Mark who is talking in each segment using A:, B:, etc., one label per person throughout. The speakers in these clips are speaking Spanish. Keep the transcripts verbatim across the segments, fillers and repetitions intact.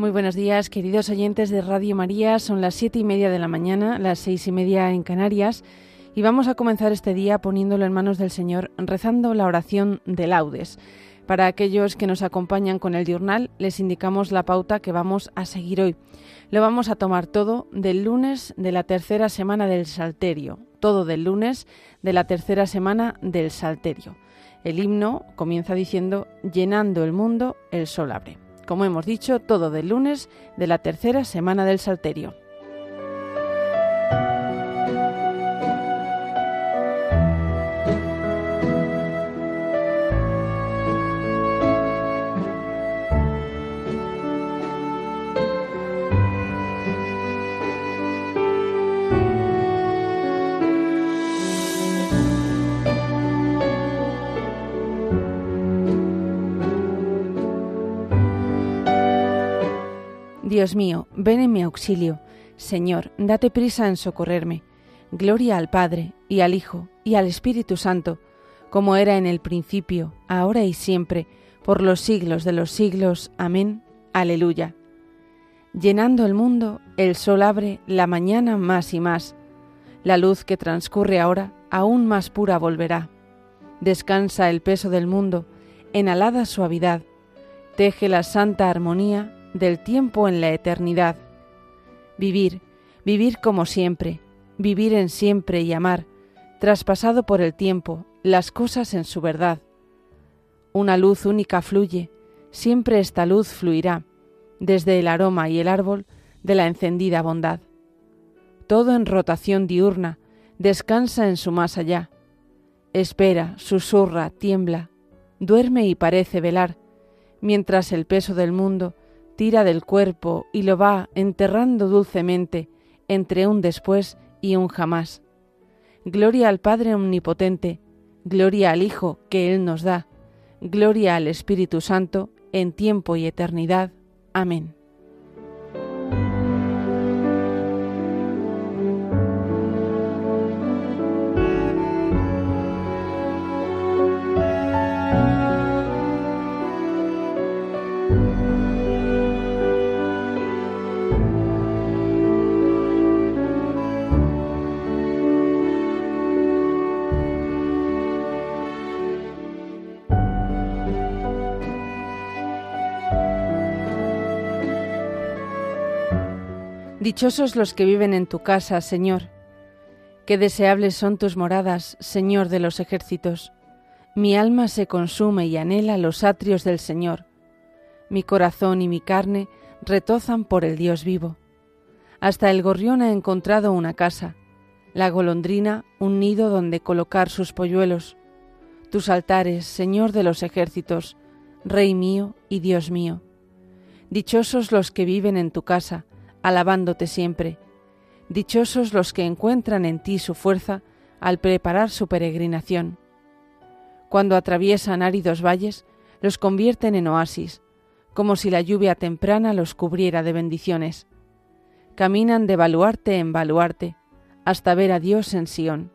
A: Muy buenos días, queridos oyentes de Radio María. Son las siete y media de la mañana, las seis y media en Canarias, y vamos a comenzar este día poniéndolo en manos del Señor, rezando la oración de laudes. Para aquellos que nos acompañan con el diurnal, les indicamos la pauta que vamos a seguir hoy. Lo vamos a tomar todo del lunes de la tercera semana del Salterio, todo del lunes de la tercera semana del Salterio. El himno comienza diciendo: llenando el mundo, el sol abre. Como hemos dicho, todo del lunes de la tercera semana del Salterio. Dios mío, ven en mi auxilio. Señor, date prisa en socorrerme. Gloria al Padre, y al Hijo, y al Espíritu Santo, como era en el principio, ahora y siempre, por los siglos de los siglos. Amén. Aleluya. Llenando el mundo, el sol abre la mañana más y más. La luz que transcurre ahora, aún más pura volverá. Descansa el peso del mundo, en alada suavidad. Teje la santa armonía del tiempo en la eternidad. Vivir, vivir como siempre, vivir en siempre y amar, traspasado por el tiempo, las cosas en su verdad. Una luz única fluye, siempre esta luz fluirá, desde el aroma y el árbol de la encendida bondad. Todo en rotación diurna, descansa en su más allá. Espera, susurra, tiembla, duerme y parece velar, mientras el peso del mundo tira del cuerpo y lo va enterrando dulcemente entre un después y un jamás. Gloria al Padre omnipotente, gloria al Hijo que Él nos da, gloria al Espíritu Santo en tiempo y eternidad. Amén. Dichosos los que viven en tu casa, Señor. Qué deseables son tus moradas, Señor de los ejércitos. Mi alma se consume y anhela los atrios del Señor. Mi corazón y mi carne retozan por el Dios vivo. Hasta el gorrión ha encontrado una casa, la golondrina un nido donde colocar sus polluelos. Tus altares, Señor de los ejércitos, Rey mío y Dios mío. Dichosos los que viven en tu casa, alabándote siempre. Dichosos los que encuentran en ti su fuerza al preparar su peregrinación. Cuando atraviesan áridos valles, los convierten en oasis, como si la lluvia temprana los cubriera de bendiciones. Caminan de baluarte en baluarte, hasta ver a Dios en Sión.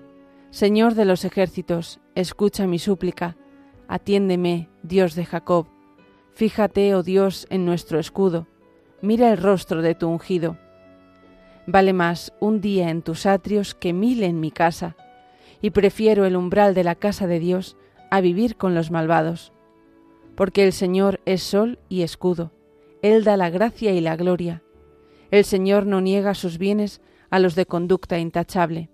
A: Señor de los ejércitos, escucha mi súplica, atiéndeme, Dios de Jacob. Fíjate, oh Dios, en nuestro escudo, mira el rostro de tu ungido. Vale más un día en tus atrios que mil en mi casa, y prefiero el umbral de la casa de Dios a vivir con los malvados. Porque el Señor es sol y escudo, Él da la gracia y la gloria. El Señor no niega sus bienes a los de conducta intachable.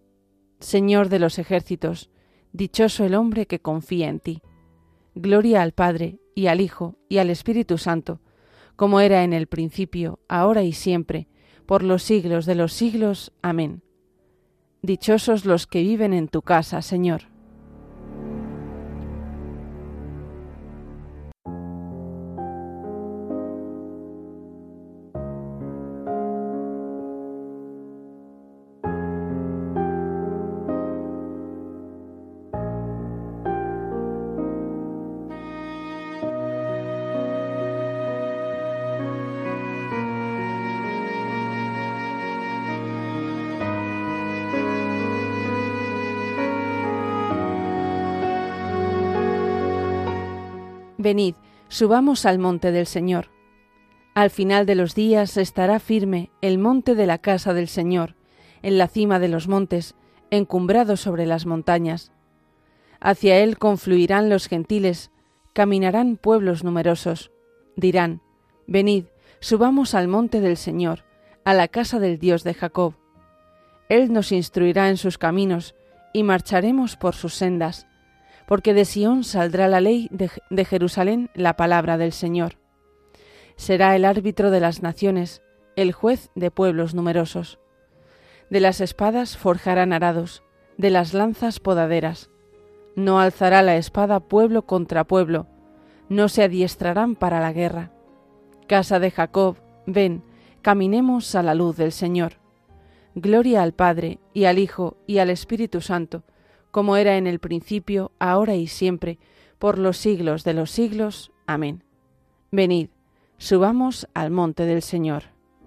A: Señor de los ejércitos, dichoso el hombre que confía en ti. Gloria al Padre, y al Hijo, y al Espíritu Santo, como era en el principio, ahora y siempre, por los siglos de los siglos. Amén. Dichosos los que viven en tu casa, Señor. Venid, subamos al monte del Señor. Al final de los días estará firme el monte de la casa del Señor, en la cima de los montes, encumbrado sobre las montañas. Hacia él confluirán los gentiles, caminarán pueblos numerosos. Dirán: venid, subamos al monte del Señor, a la casa del Dios de Jacob. Él nos instruirá en sus caminos, y marcharemos por sus sendas, porque de Sión saldrá la ley, de, de Jerusalén la palabra del Señor. Será el árbitro de las naciones, el juez de pueblos numerosos. De las espadas forjarán arados, de las lanzas podaderas. No alzará la espada pueblo contra pueblo, no se adiestrarán para la guerra. Casa de Jacob, ven, caminemos a la luz del Señor. Gloria al Padre, y al Hijo, y al Espíritu Santo, como era en el principio, ahora y siempre, por los siglos de los siglos. Amén. Venid, subamos al monte del Señor.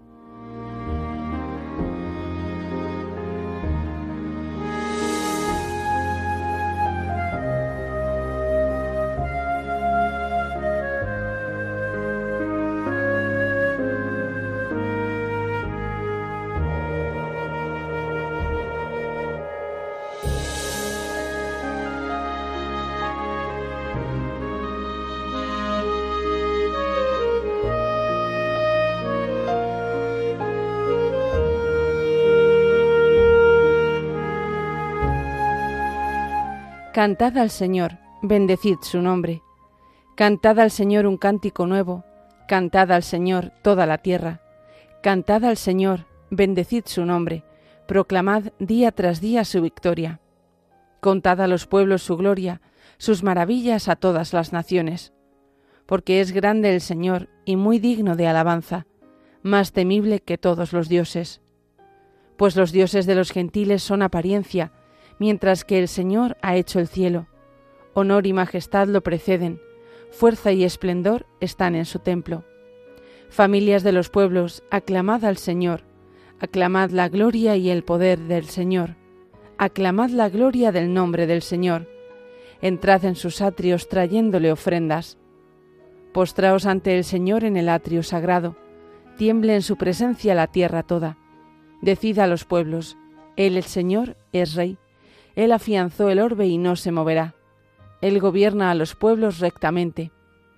A: Cantad al Señor, bendecid su nombre. Cantad al Señor un cántico nuevo, cantad al Señor toda la tierra. Cantad al Señor, bendecid su nombre, proclamad día tras día su victoria. Contad a los pueblos su gloria, sus maravillas a todas las naciones. Porque es grande el Señor y muy digno de alabanza, más temible que todos los dioses. Pues los dioses de los gentiles son apariencia, mientras que el Señor ha hecho el cielo. Honor y majestad lo preceden, fuerza y esplendor están en su templo. Familias de los pueblos, aclamad al Señor, aclamad la gloria y el poder del Señor, aclamad la gloria del nombre del Señor. Entrad en sus atrios trayéndole ofrendas. Postraos ante el Señor en el atrio sagrado, tiemble en su presencia la tierra toda. Decid a los pueblos: Él, el Señor, es Rey. Él afianzó el orbe y no se moverá. Él gobierna a los pueblos rectamente.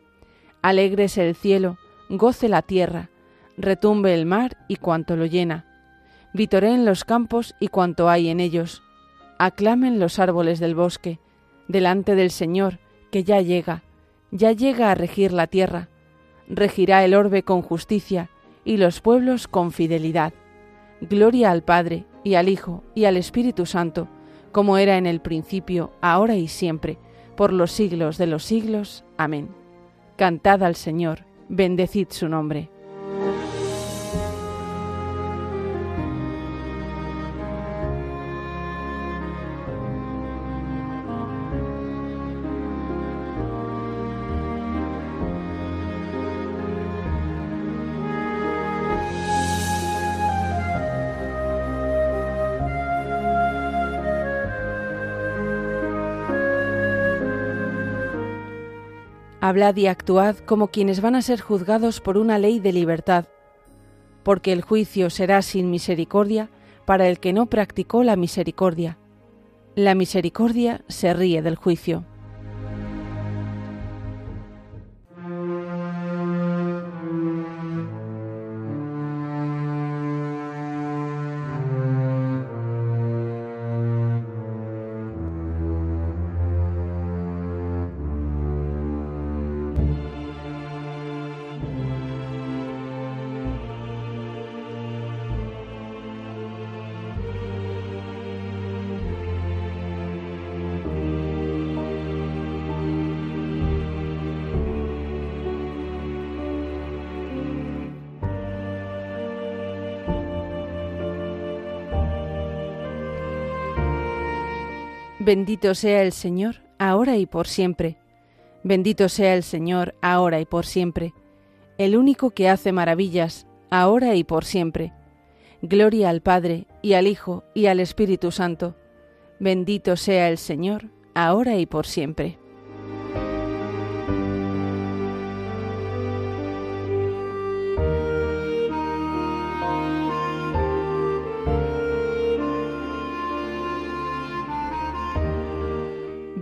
A: Alégrese el cielo, goce la tierra, retumbe el mar y cuanto lo llena. Vitoreen los campos y cuanto hay en ellos. Aclamen los árboles del bosque, delante del Señor, que ya llega, ya llega a regir la tierra. Regirá el orbe con justicia y los pueblos con fidelidad. Gloria al Padre, y al Hijo, y al Espíritu Santo, como era en el principio, ahora y siempre, por los siglos de los siglos. Amén. Cantad al Señor, bendecid su nombre. Hablad y actuad como quienes van a ser juzgados por una ley de libertad, porque el juicio será sin misericordia para el que no practicó la misericordia. La misericordia se ríe del juicio. Bendito sea el Señor, ahora y por siempre. Bendito sea el Señor, ahora y por siempre. El único que hace maravillas, ahora y por siempre. Gloria al Padre, y al Hijo, y al Espíritu Santo. Bendito sea el Señor, ahora y por siempre.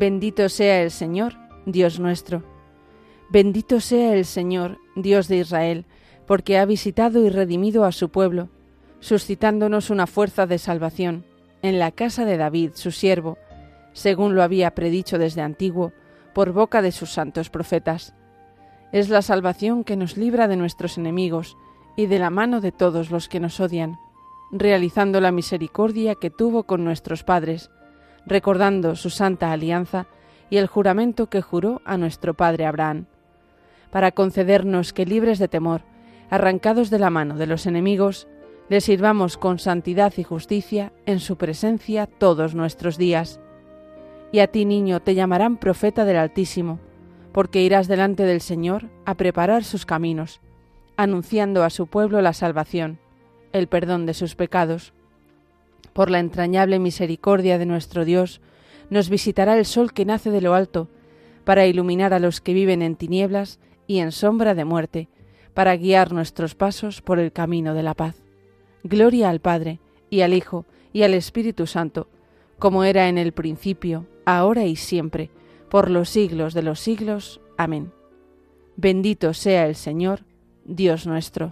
A: Bendito sea el Señor, Dios nuestro. Bendito sea el Señor, Dios de Israel, porque ha visitado y redimido a su pueblo, suscitándonos una fuerza de salvación en la casa de David, su siervo, según lo había predicho desde antiguo, por boca de sus santos profetas. Es la salvación que nos libra de nuestros enemigos y de la mano de todos los que nos odian, realizando la misericordia que tuvo con nuestros padres, recordando su santa alianza y el juramento que juró a nuestro padre Abraham, para concedernos que, libres de temor, arrancados de la mano de los enemigos, le sirvamos con santidad y justicia en su presencia todos nuestros días. Y a ti, niño, te llamarán profeta del Altísimo, porque irás delante del Señor a preparar sus caminos, anunciando a su pueblo la salvación, el perdón de sus pecados. Por la entrañable misericordia de nuestro Dios, nos visitará el sol que nace de lo alto, para iluminar a los que viven en tinieblas y en sombra de muerte, para guiar nuestros pasos por el camino de la paz. Gloria al Padre, y al Hijo, y al Espíritu Santo, como era en el principio, ahora y siempre, por los siglos de los siglos. Amén. Bendito sea el Señor, Dios nuestro.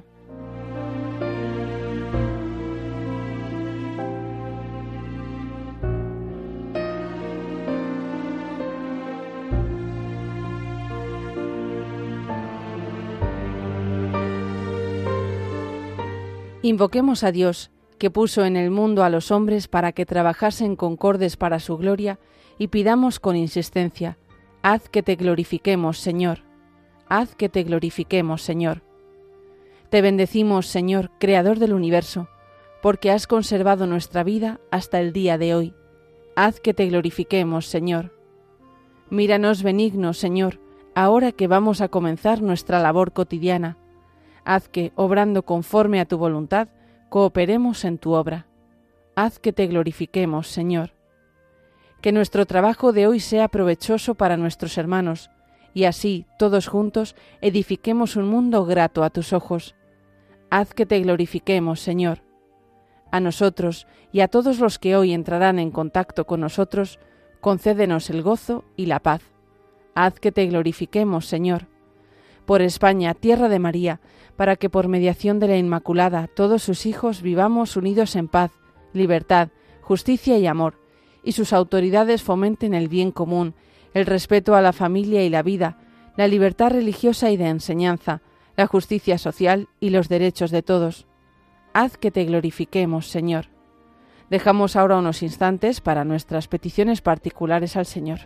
A: Invoquemos a Dios, que puso en el mundo a los hombres para que trabajasen concordes para su gloria, y pidamos con insistencia: haz que te glorifiquemos, Señor. Haz que te glorifiquemos, Señor. Te bendecimos, Señor, Creador del universo, porque has conservado nuestra vida hasta el día de hoy. Haz que te glorifiquemos, Señor. Míranos benigno, Señor, ahora que vamos a comenzar nuestra labor cotidiana. Haz que, obrando conforme a tu voluntad, cooperemos en tu obra. Haz que te glorifiquemos, Señor. Que nuestro trabajo de hoy sea provechoso para nuestros hermanos, y así, todos juntos, edifiquemos un mundo grato a tus ojos. Haz que te glorifiquemos, Señor. A nosotros y a todos los que hoy entrarán en contacto con nosotros, concédenos el gozo y la paz. Haz que te glorifiquemos, Señor. Por España, tierra de María, para que por mediación de la Inmaculada todos sus hijos vivamos unidos en paz, libertad, justicia y amor, y sus autoridades fomenten el bien común, el respeto a la familia y la vida, la libertad religiosa y de enseñanza, la justicia social y los derechos de todos. Haz que te glorifiquemos, Señor. Dejamos ahora unos instantes para nuestras peticiones particulares al Señor.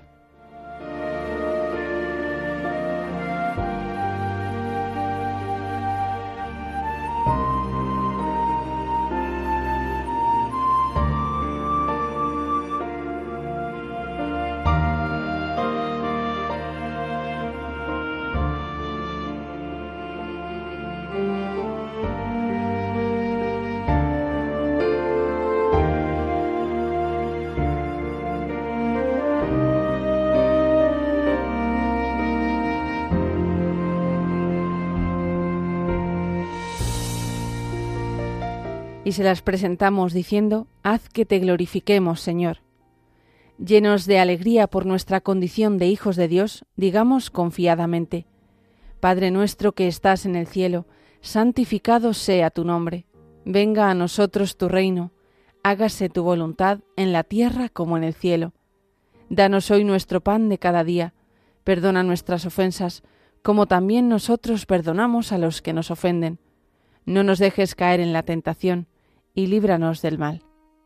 A: Y se las presentamos diciendo: haz que te glorifiquemos, Señor. Llenos de alegría por nuestra condición de hijos de Dios, digamos confiadamente: Padre nuestro que estás en el cielo, santificado sea tu nombre. Venga a nosotros tu reino, hágase tu voluntad en la tierra como en el cielo. Danos hoy nuestro pan de cada día, perdona nuestras ofensas, como también nosotros perdonamos a los que nos ofenden. No nos dejes caer en la tentación, y líbranos del mal.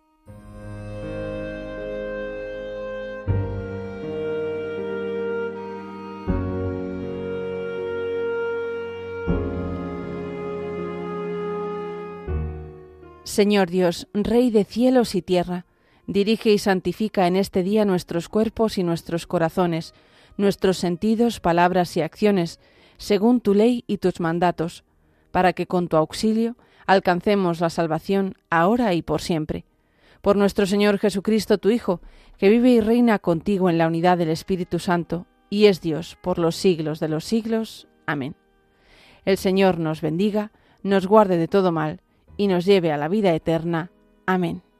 A: Señor Dios, Rey de cielos y tierra, dirige y santifica en este día nuestros cuerpos y nuestros corazones, nuestros sentidos, palabras y acciones, según tu ley y tus mandatos, para que con tu auxilio alcancemos la salvación ahora y por siempre. Por nuestro Señor Jesucristo, tu Hijo, que vive y reina contigo en la unidad del Espíritu Santo, y es Dios por los siglos de los siglos. Amén. El Señor nos bendiga, nos guarde de todo mal, y nos lleve a la vida eterna. Amén.